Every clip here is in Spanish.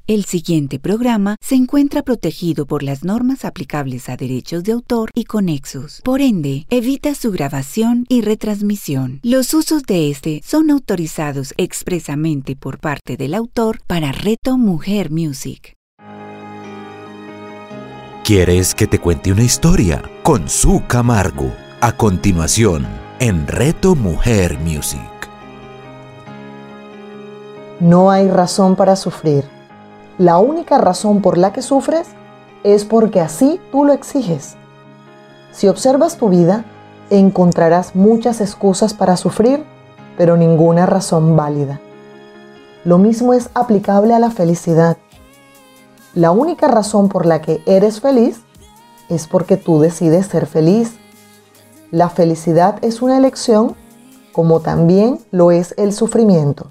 El siguiente programa se encuentra protegido por las normas aplicables a derechos de autor y conexos. Por ende, evita su grabación y retransmisión. Los usos de este son autorizados expresamente por parte del autor para Reto Mujer Music. ¿Quieres que te cuente una historia? Con Su Camargo. A continuación, en Reto Mujer Music. No hay razón para sufrir. La única razón por la que sufres es porque así tú lo exiges. Si observas tu vida, encontrarás muchas excusas para sufrir, pero ninguna razón válida. Lo mismo es aplicable a la felicidad. La única razón por la que eres feliz es porque tú decides ser feliz. La felicidad es una elección, como también lo es el sufrimiento.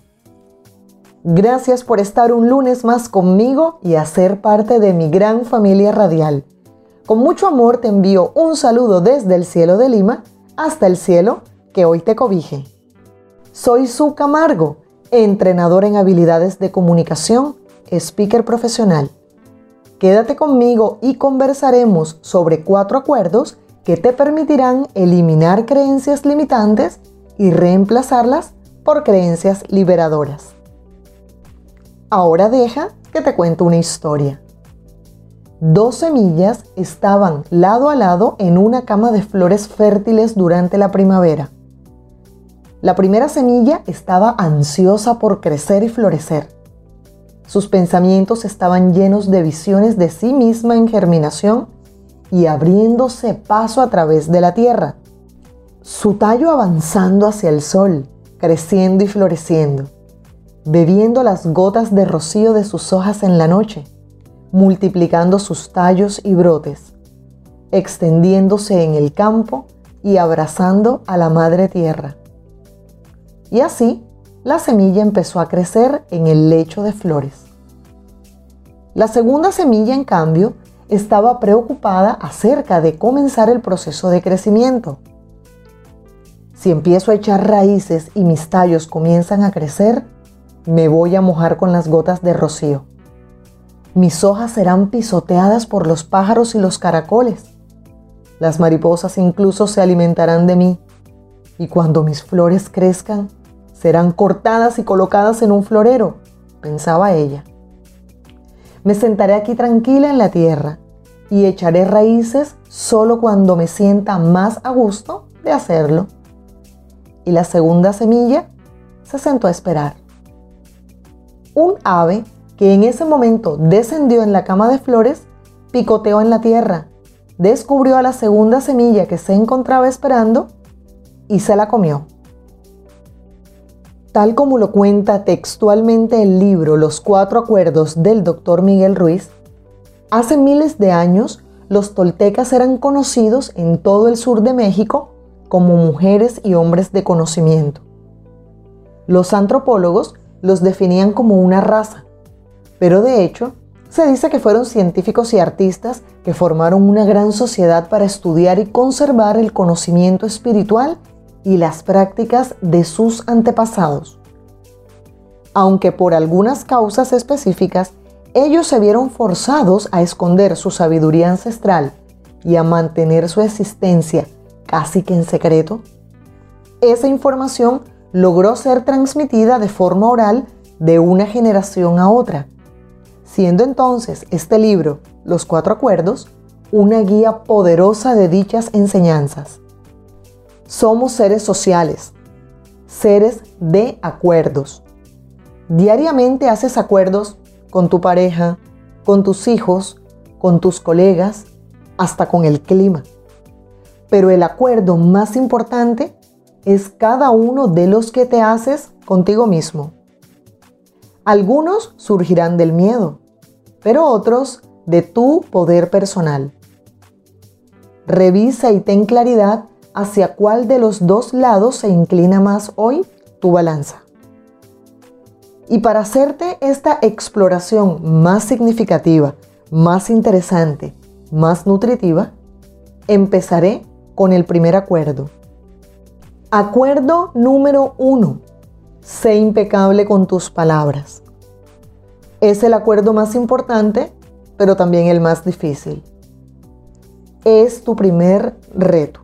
Gracias por estar un lunes más conmigo y a ser parte de mi gran familia radial. Con mucho amor te envío un saludo desde el cielo de Lima hasta el cielo que hoy te cobije. Soy Su Camargo, entrenador en habilidades de comunicación, speaker profesional. Quédate conmigo y conversaremos sobre 4 acuerdos que te permitirán eliminar creencias limitantes y reemplazarlas por creencias liberadoras. Ahora deja que te cuente una historia. 2 semillas estaban lado a lado en una cama de flores fértiles durante la primavera. La primera semilla estaba ansiosa por crecer y florecer. Sus pensamientos estaban llenos de visiones de sí misma en germinación y abriéndose paso a través de la tierra. Su tallo avanzando hacia el sol, creciendo y floreciendo, bebiendo las gotas de rocío de sus hojas en la noche, multiplicando sus tallos y brotes, extendiéndose en el campo y abrazando a la madre tierra. Y así, la semilla empezó a crecer en el lecho de flores. La segunda semilla, en cambio, estaba preocupada acerca de comenzar el proceso de crecimiento. Si empiezo a echar raíces y mis tallos comienzan a crecer, me voy a mojar con las gotas de rocío. Mis hojas serán pisoteadas por los pájaros y los caracoles. Las mariposas incluso se alimentarán de mí. Y cuando mis flores crezcan, serán cortadas y colocadas en un florero, pensaba ella. Me sentaré aquí tranquila en la tierra y echaré raíces solo cuando me sienta más a gusto de hacerlo. Y la segunda semilla se sentó a esperar. Un ave que en ese momento descendió en la cama de flores, picoteó en la tierra, descubrió a la segunda semilla que se encontraba esperando y se la comió. Tal como lo cuenta textualmente el libro Los 4 Acuerdos del Dr. Miguel Ruiz, hace miles de años los toltecas eran conocidos en todo el sur de México como mujeres y hombres de conocimiento. Los antropólogos los definían como una raza, pero de hecho se dice que fueron científicos y artistas que formaron una gran sociedad para estudiar y conservar el conocimiento espiritual y las prácticas de sus antepasados. Aunque por algunas causas específicas, ellos se vieron forzados a esconder su sabiduría ancestral y a mantener su existencia casi que en secreto, esa información logró ser transmitida de forma oral de una generación a otra, siendo entonces este libro, Los 4 Acuerdos, una guía poderosa de dichas enseñanzas. Somos seres sociales, seres de acuerdos. Diariamente haces acuerdos con tu pareja, con tus hijos, con tus colegas, hasta con el clima. Pero el acuerdo más importante es cada uno de los que te haces contigo mismo. Algunos surgirán del miedo, pero otros de tu poder personal. Revisa y ten claridad hacia cuál de los 2 lados se inclina más hoy tu balanza. Y para hacerte esta exploración más significativa, más interesante, más nutritiva, empezaré con el primer acuerdo. Acuerdo número 1. Sé impecable con tus palabras. Es el acuerdo más importante, pero también el más difícil. Es tu primer reto.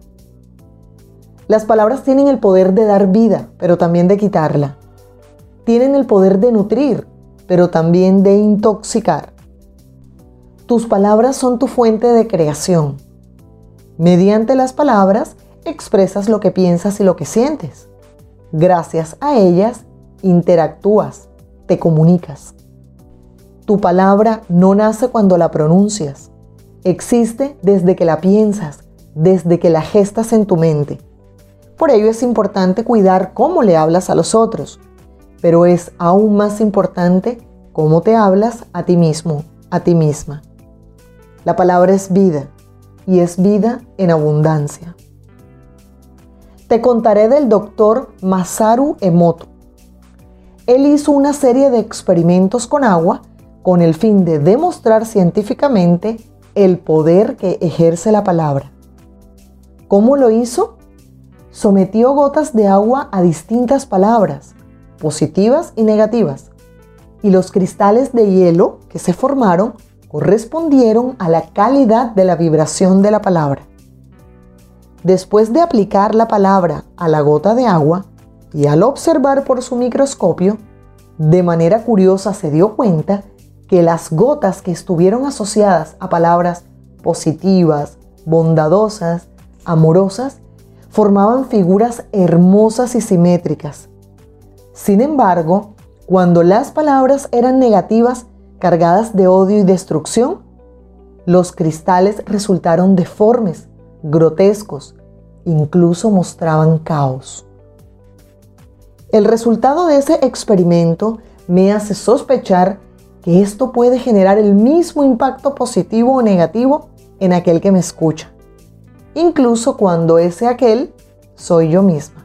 Las palabras tienen el poder de dar vida, pero también de quitarla. Tienen el poder de nutrir, pero también de intoxicar. Tus palabras son tu fuente de creación. Mediante las palabras expresas lo que piensas y lo que sientes. Gracias a ellas interactúas, te comunicas. Tu palabra no nace cuando la pronuncias. Existe desde que la piensas, desde que la gestas en tu mente. Por ello es importante cuidar cómo le hablas a los otros, pero es aún más importante cómo te hablas a ti mismo, a ti misma. La palabra es vida, y es vida en abundancia. Te contaré del doctor Masaru Emoto. Él hizo una serie de experimentos con agua con el fin de demostrar científicamente el poder que ejerce la palabra. ¿Cómo lo hizo? Sometió gotas de agua a distintas palabras, positivas y negativas, y los cristales de hielo que se formaron correspondieron a la calidad de la vibración de la palabra. Después de aplicar la palabra a la gota de agua y al observar por su microscopio, de manera curiosa se dio cuenta que las gotas que estuvieron asociadas a palabras positivas, bondadosas, amorosas, formaban figuras hermosas y simétricas. Sin embargo, cuando las palabras eran negativas, cargadas de odio y destrucción, los cristales resultaron deformes, grotescos, incluso mostraban caos. El resultado de ese experimento me hace sospechar que esto puede generar el mismo impacto positivo o negativo en aquel que me escucha, incluso cuando ese aquel soy yo misma.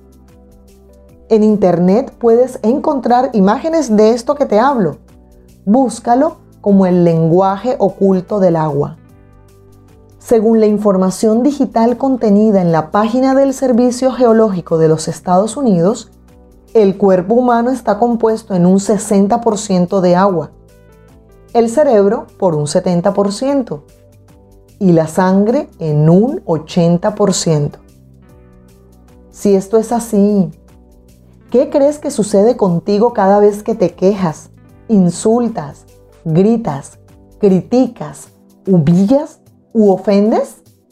En internet puedes encontrar imágenes de esto que te hablo. Búscalo como el lenguaje oculto del agua. Según la información digital contenida en la página del Servicio Geológico de los Estados Unidos, el cuerpo humano está compuesto en un 60% de agua, el cerebro por un 70% y la sangre en un 80%. Si esto es así, ¿qué crees que sucede contigo cada vez que te quejas, insultas, gritas, criticas, humillas u ofendes?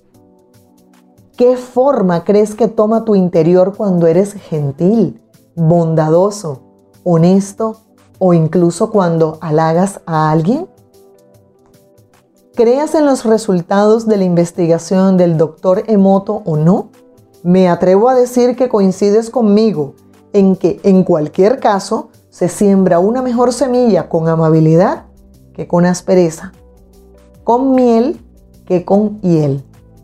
¿Qué forma crees que toma tu interior cuando eres gentil, bondadoso, honesto o incluso cuando halagas a alguien? ¿Creas en los resultados de la investigación del Dr. Emoto o no? Me atrevo a decir que coincides conmigo en que, en cualquier caso, se siembra una mejor semilla con amabilidad que con aspereza, con miel que con hiel.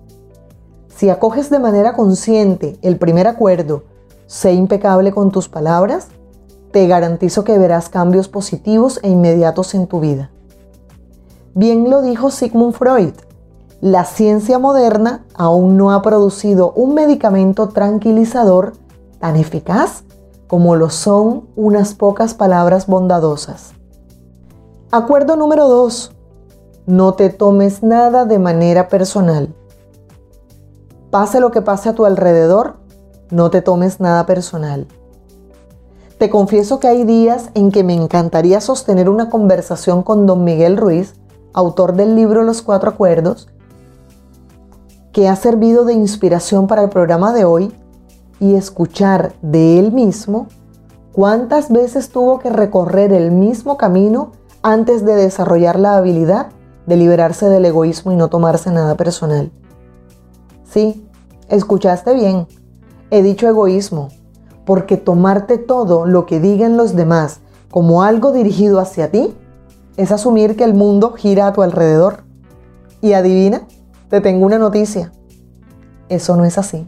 Si acoges de manera consciente el primer acuerdo, sé impecable con tus palabras, te garantizo que verás cambios positivos e inmediatos en tu vida. Bien lo dijo Sigmund Freud, la ciencia moderna aún no ha producido un medicamento tranquilizador tan eficaz como lo son unas pocas palabras bondadosas. Acuerdo número 2. No te tomes nada de manera personal. Pase lo que pase a tu alrededor, no te tomes nada personal. Te confieso que hay días en que me encantaría sostener una conversación con don Miguel Ruiz, autor del libro Los 4 Acuerdos, que ha servido de inspiración para el programa de hoy, y escuchar de él mismo cuántas veces tuvo que recorrer el mismo camino antes de desarrollar la habilidad de liberarse del egoísmo y no tomarse nada personal. Sí, escuchaste bien, he dicho egoísmo, porque tomarte todo lo que digan los demás como algo dirigido hacia ti es asumir que el mundo gira a tu alrededor. Y adivina, te tengo una noticia. Eso no es así.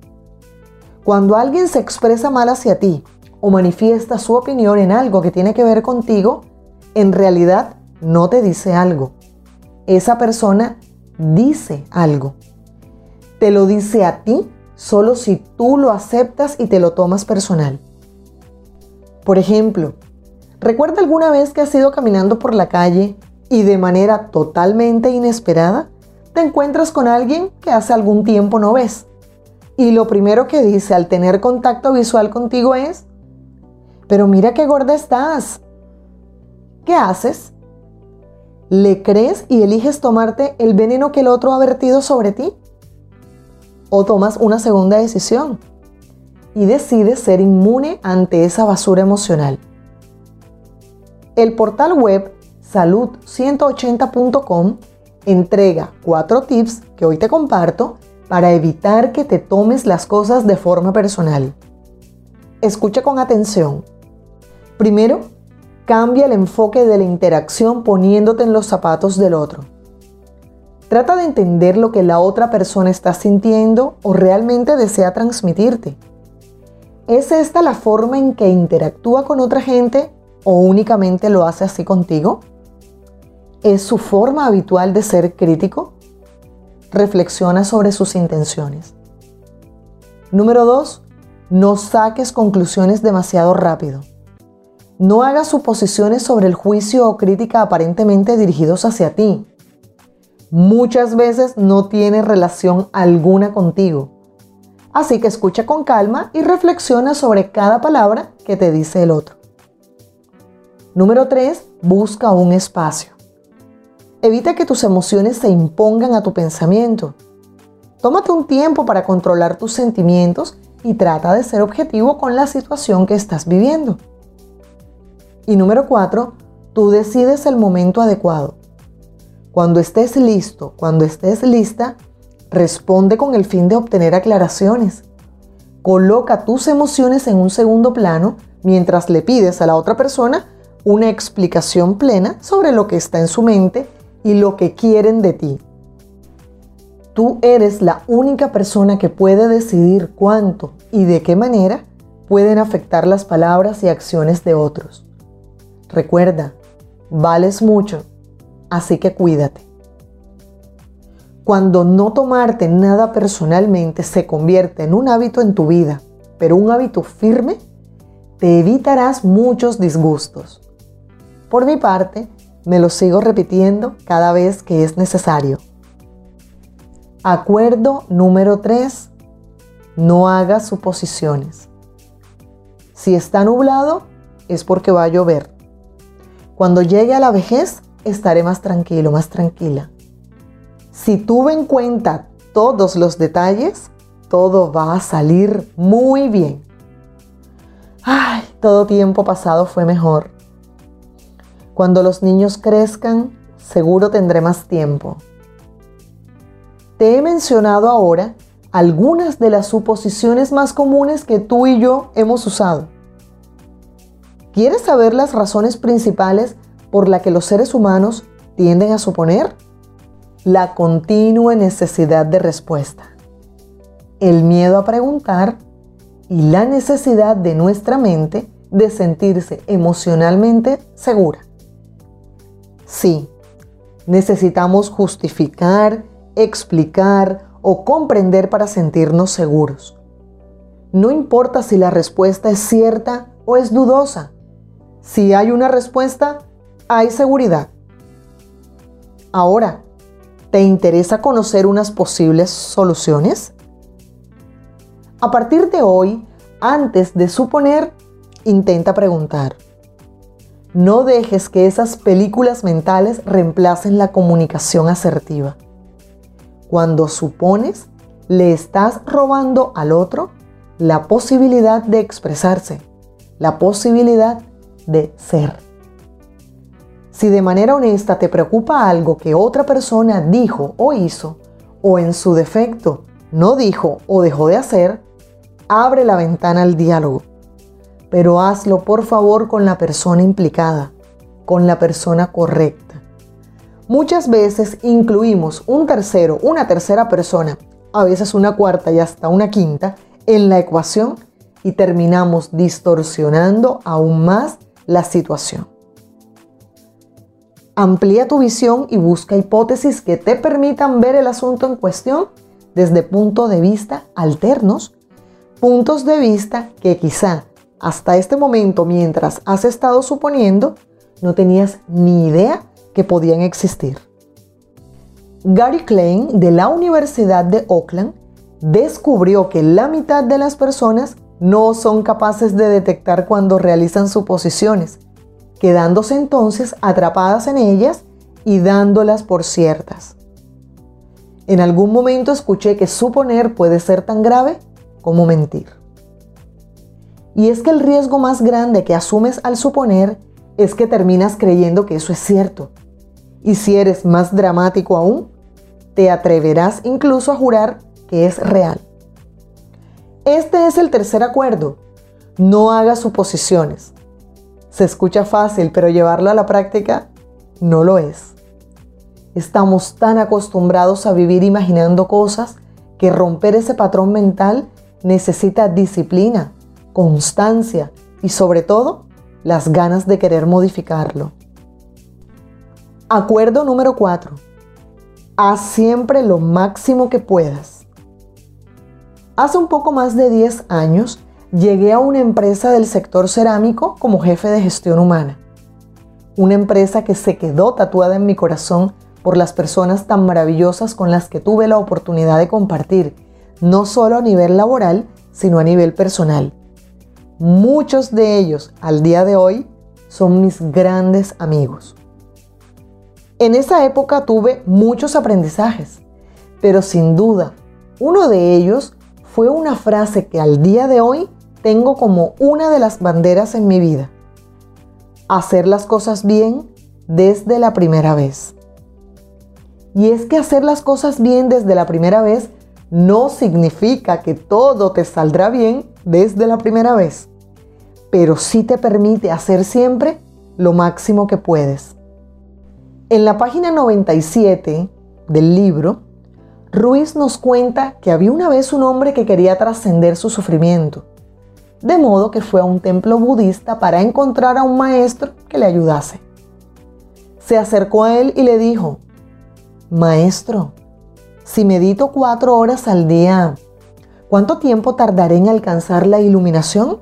Cuando alguien se expresa mal hacia ti o manifiesta su opinión en algo que tiene que ver contigo, en realidad no te dice algo. Esa persona dice algo. Te lo dice a ti solo si tú lo aceptas y te lo tomas personal. Por ejemplo, ¿Recuerda alguna vez que has ido caminando por la calle y de manera totalmente inesperada te encuentras con alguien que hace algún tiempo no ves? Y lo primero que dice al tener contacto visual contigo es: pero mira qué gorda estás. ¿Qué haces? ¿Le crees y eliges tomarte el veneno que el otro ha vertido sobre ti? ¿O tomas una segunda decisión y decides ser inmune ante esa basura emocional? El portal web salud180.com entrega 4 tips que hoy te comparto para evitar que te tomes las cosas de forma personal. Escucha con atención. Primero, cambia el enfoque de la interacción poniéndote en los zapatos del otro. Trata de entender lo que la otra persona está sintiendo o realmente desea transmitirte. ¿Es esta la forma en que interactúa con otra gente o únicamente lo hace así contigo? ¿Es su forma habitual de ser crítico? Reflexiona sobre sus intenciones. Número 2. No saques conclusiones demasiado rápido. No hagas suposiciones sobre el juicio o crítica aparentemente dirigidos hacia ti. Muchas veces no tiene relación alguna contigo. Así que escucha con calma y reflexiona sobre cada palabra que te dice el otro. Número 3. Busca un espacio. Evita que tus emociones se impongan a tu pensamiento. Tómate un tiempo para controlar tus sentimientos y trata de ser objetivo con la situación que estás viviendo. Y número 4, tú decides el momento adecuado. Cuando estés listo, cuando estés lista, responde con el fin de obtener aclaraciones. Coloca tus emociones en un segundo plano mientras le pides a la otra persona una explicación plena sobre lo que está en su mente y lo que quieren de ti. Tú eres la única persona que puede decidir cuánto y de qué manera pueden afectar las palabras y acciones de otros. Recuerda, vales mucho, así que cuídate. Cuando no tomarte nada personalmente se convierte en un hábito en tu vida, pero un hábito firme, te evitarás muchos disgustos. Por mi parte, me lo sigo repitiendo cada vez que es necesario. Acuerdo número 3. No hagas suposiciones. Si está nublado, es porque va a llover. Cuando llegue a la vejez, estaré más tranquilo, más tranquila. Si tuve en cuenta todos los detalles, todo va a salir muy bien. Ay, todo tiempo pasado fue mejor. Cuando los niños crezcan, seguro tendré más tiempo. Te he mencionado ahora algunas de las suposiciones más comunes que tú y yo hemos usado. ¿Quieres saber las razones principales por las que los seres humanos tienden a suponer? La continua necesidad de respuesta, el miedo a preguntar y la necesidad de nuestra mente de sentirse emocionalmente segura. Sí, necesitamos justificar, explicar o comprender para sentirnos seguros. No importa si la respuesta es cierta o es dudosa. Si hay una respuesta, hay seguridad. Ahora, ¿te interesa conocer unas posibles soluciones? A partir de hoy, antes de suponer, intenta preguntar. No dejes que esas películas mentales reemplacen la comunicación asertiva. Cuando supones, le estás robando al otro la posibilidad de expresarse, la posibilidad de ser. Si de manera honesta te preocupa algo que otra persona dijo o hizo, o en su defecto no dijo o dejó de hacer, abre la ventana al diálogo. Pero hazlo por favor con la persona implicada, con la persona correcta. Muchas veces incluimos un tercero, una tercera persona, a veces una cuarta y hasta una quinta, en la ecuación y terminamos distorsionando aún más la situación. Amplía tu visión y busca hipótesis que te permitan ver el asunto en cuestión desde puntos de vista alternos, puntos de vista que quizá hasta este momento, mientras has estado suponiendo, no tenías ni idea que podían existir. Gary Klein, de la Universidad de Oakland, descubrió que la mitad de las personas no son capaces de detectar cuando realizan suposiciones, quedándose entonces atrapadas en ellas y dándolas por ciertas. En algún momento escuché que suponer puede ser tan grave como mentir. Y es que el riesgo más grande que asumes al suponer es que terminas creyendo que eso es cierto. Y si eres más dramático aún, te atreverás incluso a jurar que es real. Este es el tercer acuerdo. No hagas suposiciones. Se escucha fácil, pero llevarlo a la práctica no lo es. Estamos tan acostumbrados a vivir imaginando cosas que romper ese patrón mental necesita disciplina, constancia y sobre todo las ganas de querer modificarlo. Acuerdo número 4. Haz siempre lo máximo que puedas. Hace un poco más de 10 años llegué a una empresa del sector cerámico como jefe de gestión humana. Una empresa que se quedó tatuada en mi corazón por las personas tan maravillosas con las que tuve la oportunidad de compartir, no solo a nivel laboral, sino a nivel personal. Muchos de ellos, al día de hoy, son mis grandes amigos. En esa época tuve muchos aprendizajes, pero sin duda, uno de ellos fue una frase que al día de hoy tengo como una de las banderas en mi vida. Hacer las cosas bien desde la primera vez. Y es que hacer las cosas bien desde la primera vez no significa que todo te saldrá bien desde la primera vez, pero sí te permite hacer siempre lo máximo que puedes. En la página 97 del libro, Ruiz nos cuenta que había una vez un hombre que quería trascender su sufrimiento, de modo que fue a un templo budista para encontrar a un maestro que le ayudase. Se acercó a él y le dijo: Maestro, si medito 4 horas al día, ¿cuánto tiempo tardaré en alcanzar la iluminación?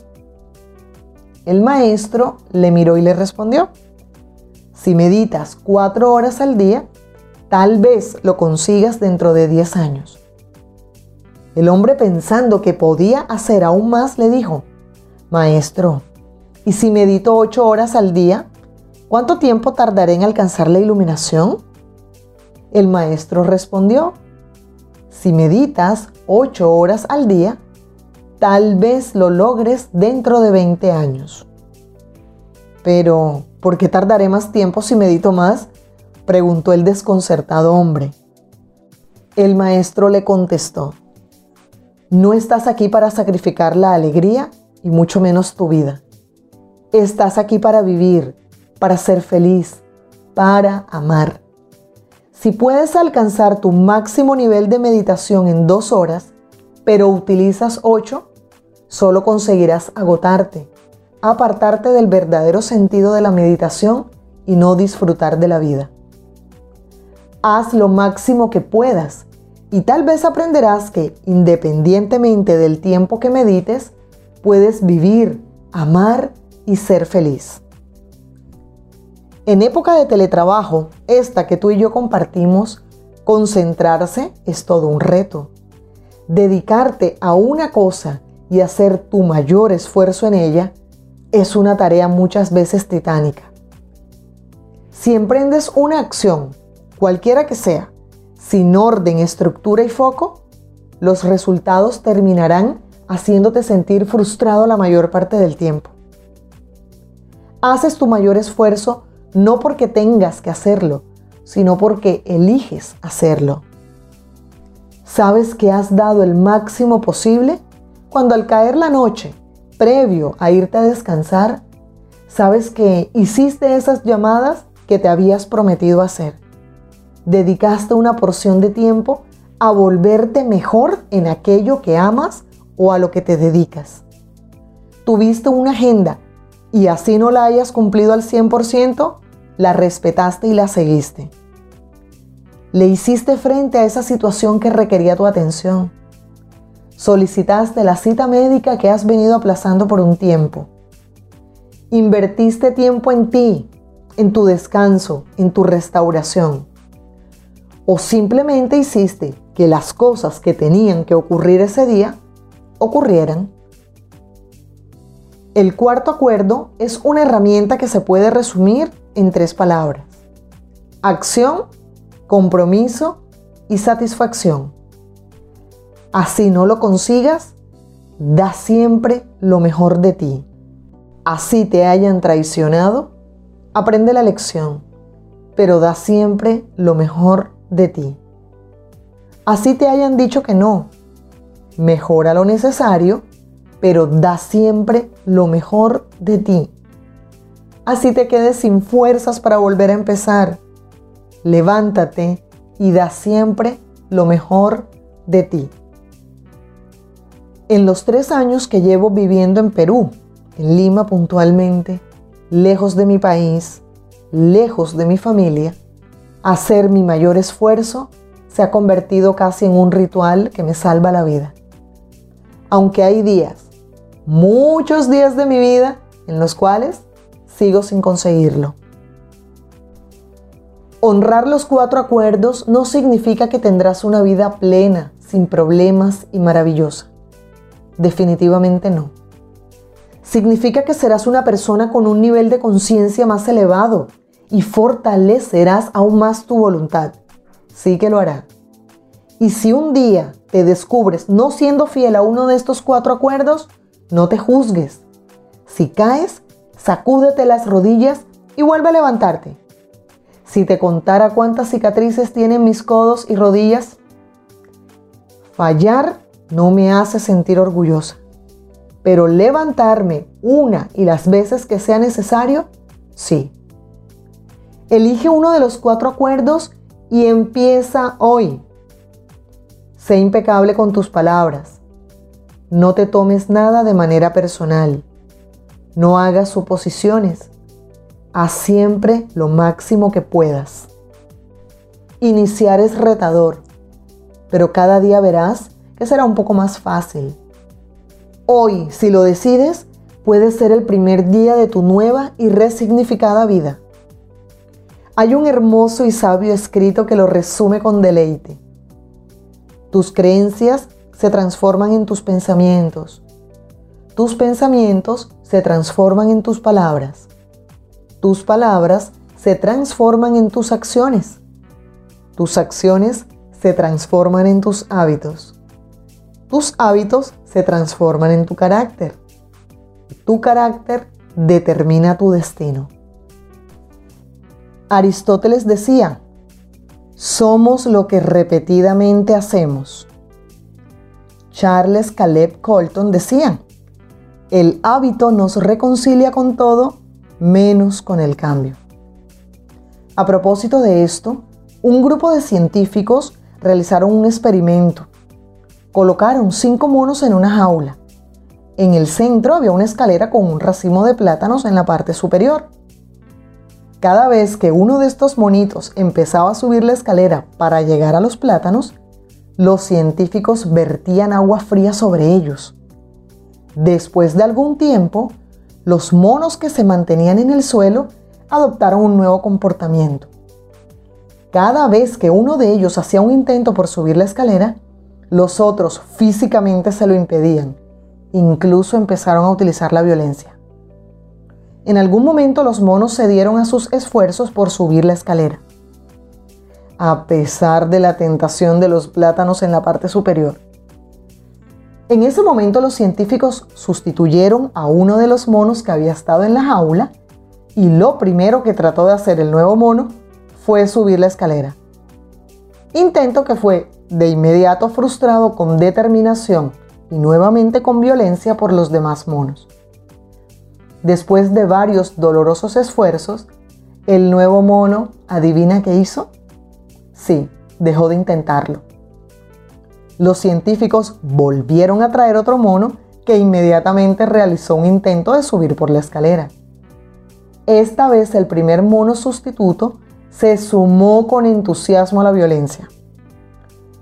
El maestro le miró y le respondió: si meditas 4 horas al día, tal vez lo consigas dentro de 10 años. El hombre, pensando que podía hacer aún más, le dijo: Maestro, ¿y si medito 8 horas al día, cuánto tiempo tardaré en alcanzar la iluminación? El maestro respondió: si meditas 8 horas al día, tal vez lo logres dentro de 20 años. Pero, ¿por qué tardaré más tiempo si medito más?, preguntó el desconcertado hombre. El maestro le contestó: no estás aquí para sacrificar la alegría y mucho menos tu vida. Estás aquí para vivir, para ser feliz, para amar. Si puedes alcanzar tu máximo nivel de meditación en 2 horas, pero utilizas 8, solo conseguirás agotarte, apartarte del verdadero sentido de la meditación y no disfrutar de la vida. Haz lo máximo que puedas y tal vez aprenderás que, independientemente del tiempo que medites, puedes vivir, amar y ser feliz. En época de teletrabajo, esta que tú y yo compartimos, concentrarse es todo un reto. Dedicarte a una cosa y hacer tu mayor esfuerzo en ella es una tarea muchas veces titánica. Si emprendes una acción, cualquiera que sea, sin orden, estructura y foco, los resultados terminarán haciéndote sentir frustrado la mayor parte del tiempo. Haces tu mayor esfuerzo no porque tengas que hacerlo, sino porque eliges hacerlo. ¿Sabes que has dado el máximo posible cuando al caer la noche, previo a irte a descansar, sabes que hiciste esas llamadas que te habías prometido hacer? Dedicaste una porción de tiempo a volverte mejor en aquello que amas o a lo que te dedicas. Tuviste una agenda y así no la hayas cumplido al 100%, la respetaste y la seguiste. Le hiciste frente a esa situación que requería tu atención. Solicitaste la cita médica que has venido aplazando por un tiempo. Invertiste tiempo en ti, en tu descanso, en tu restauración. O simplemente hiciste que las cosas que tenían que ocurrir ese día ocurrieran. El cuarto acuerdo es una herramienta que se puede resumir en 3 palabras: acción, compromiso y satisfacción. Así no lo consigas, da siempre lo mejor de ti. Así te hayan traicionado, aprende la lección, pero da siempre lo mejor de ti. Así te hayan dicho que no, mejora lo necesario, pero da siempre lo mejor de ti. Así te quedes sin fuerzas para volver a empezar. Levántate y da siempre lo mejor de ti. En los 3 años que llevo viviendo en Perú, en Lima puntualmente, lejos de mi país, lejos de mi familia, hacer mi mayor esfuerzo se ha convertido casi en un ritual que me salva la vida. Aunque hay días, muchos días de mi vida, en los cuales sigo sin conseguirlo. Honrar los 4 acuerdos no significa que tendrás una vida plena, sin problemas y maravillosa. Definitivamente no. Significa que serás una persona con un nivel de conciencia más elevado y fortalecerás aún más tu voluntad. Sí que lo hará. Y si un día te descubres no siendo fiel a uno de estos 4 acuerdos, no te juzgues. Si caes, sacúdete las rodillas y vuelve a levantarte. Si te contara cuántas cicatrices tienen mis codos y rodillas, fallar no me hace sentir orgullosa. Pero levantarme una y las veces que sea necesario, sí. Elige uno de los 4 acuerdos y empieza hoy. Sé impecable con tus palabras. No te tomes nada de manera personal. No hagas suposiciones. Haz siempre lo máximo que puedas. Iniciar es retador, pero cada día verás que será un poco más fácil. Hoy, si lo decides, puede ser el primer día de tu nueva y resignificada vida. Hay un hermoso y sabio escrito que lo resume con deleite. Tus creencias se transforman en tus pensamientos. Tus pensamientos se transforman en tus palabras. Tus palabras se transforman en tus acciones. Tus acciones se transforman en tus hábitos. Tus hábitos se transforman en tu carácter. Tu carácter determina tu destino. Aristóteles decía: somos lo que repetidamente hacemos. Charles Caleb Colton decía: el hábito nos reconcilia con todo, menos con el cambio. A propósito de esto, un grupo de científicos realizaron un experimento. Colocaron 5 monos en una jaula. En el centro había una escalera con un racimo de plátanos en la parte superior. Cada vez que uno de estos monitos empezaba a subir la escalera para llegar a los plátanos, los científicos vertían agua fría sobre ellos. Después de algún tiempo, los monos que se mantenían en el suelo adoptaron un nuevo comportamiento. Cada vez que uno de ellos hacía un intento por subir la escalera, los otros físicamente se lo impedían. Incluso empezaron a utilizar la violencia. En algún momento los monos cedieron a sus esfuerzos por subir la escalera, a pesar de la tentación de los plátanos en la parte superior. En ese momento los científicos sustituyeron a uno de los monos que había estado en la jaula y lo primero que trató de hacer el nuevo mono fue subir la escalera. Intento que fue de inmediato frustrado con determinación y nuevamente con violencia por los demás monos. Después de varios dolorosos esfuerzos, el nuevo mono, ¿adivina qué hizo? Sí, dejó de intentarlo. Los científicos volvieron a traer otro mono que inmediatamente realizó un intento de subir por la escalera. Esta vez el primer mono sustituto se sumó con entusiasmo a la violencia.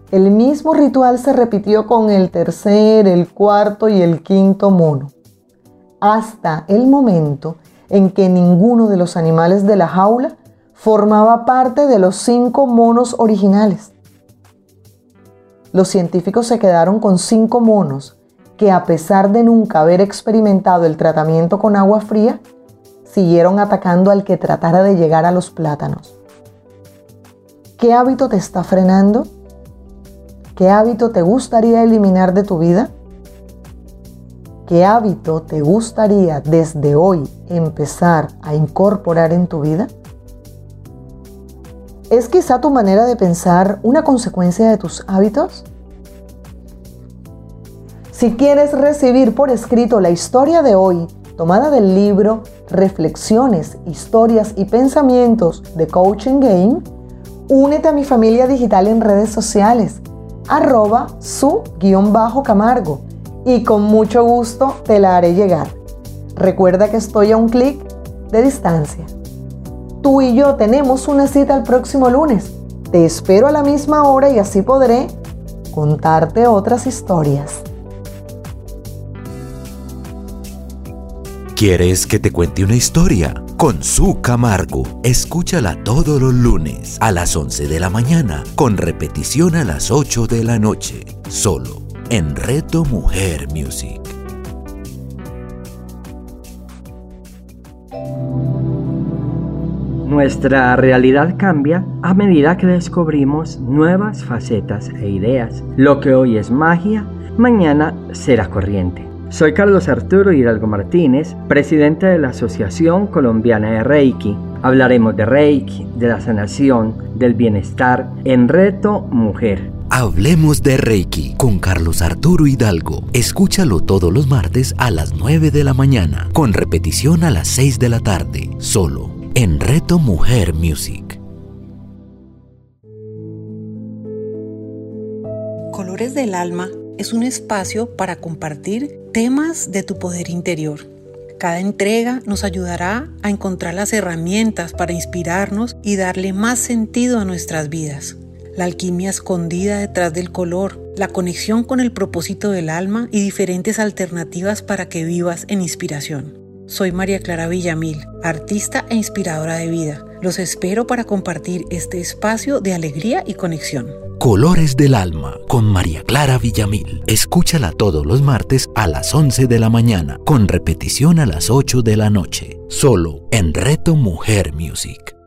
El mismo ritual se repitió con el tercer, el cuarto y el quinto mono, hasta el momento en que ninguno de los animales de la jaula formaba parte de los 5 monos originales. Los científicos se quedaron con 5 monos que, a pesar de nunca haber experimentado el tratamiento con agua fría, siguieron atacando al que tratara de llegar a los plátanos. ¿Qué hábito te está frenando? ¿Qué hábito te gustaría eliminar de tu vida? ¿Qué hábito te gustaría desde hoy empezar a incorporar en tu vida? ¿Es quizá tu manera de pensar una consecuencia de tus hábitos? Si quieres recibir por escrito la historia de hoy, tomada del libro Reflexiones, Historias y Pensamientos de Coaching Game, únete a mi familia digital en redes sociales, @su_camargo, y con mucho gusto te la haré llegar. Recuerda que estoy a un clic de distancia. Tú y yo tenemos una cita el próximo lunes. Te espero a la misma hora y así podré contarte otras historias. ¿Quieres que te cuente una historia? Con Su Camargo. Escúchala todos los lunes a las 11 de la mañana, con repetición a las 8 de la noche, solo en Reto Mujer Music. Nuestra realidad cambia a medida que descubrimos nuevas facetas e ideas. Lo que hoy es magia, mañana será corriente. Soy Carlos Arturo Hidalgo Martínez, presidente de la Asociación Colombiana de Reiki. Hablaremos de Reiki, de la sanación, del bienestar en Reto Mujer. Hablemos de Reiki con Carlos Arturo Hidalgo. Escúchalo todos los martes a las 9 de la mañana, con repetición a las 6 de la tarde, solo en Reto Mujer Music. Colores del Alma es un espacio para compartir temas de tu poder interior. Cada entrega nos ayudará a encontrar las herramientas para inspirarnos y darle más sentido a nuestras vidas. La alquimia escondida detrás del color, la conexión con el propósito del alma y diferentes alternativas para que vivas en inspiración. Soy María Clara Villamil, artista e inspiradora de vida. Los espero para compartir este espacio de alegría y conexión. Colores del Alma con María Clara Villamil. Escúchala todos los martes a las 11 de la mañana, con repetición a las 8 de la noche, solo en Reto Mujer Music.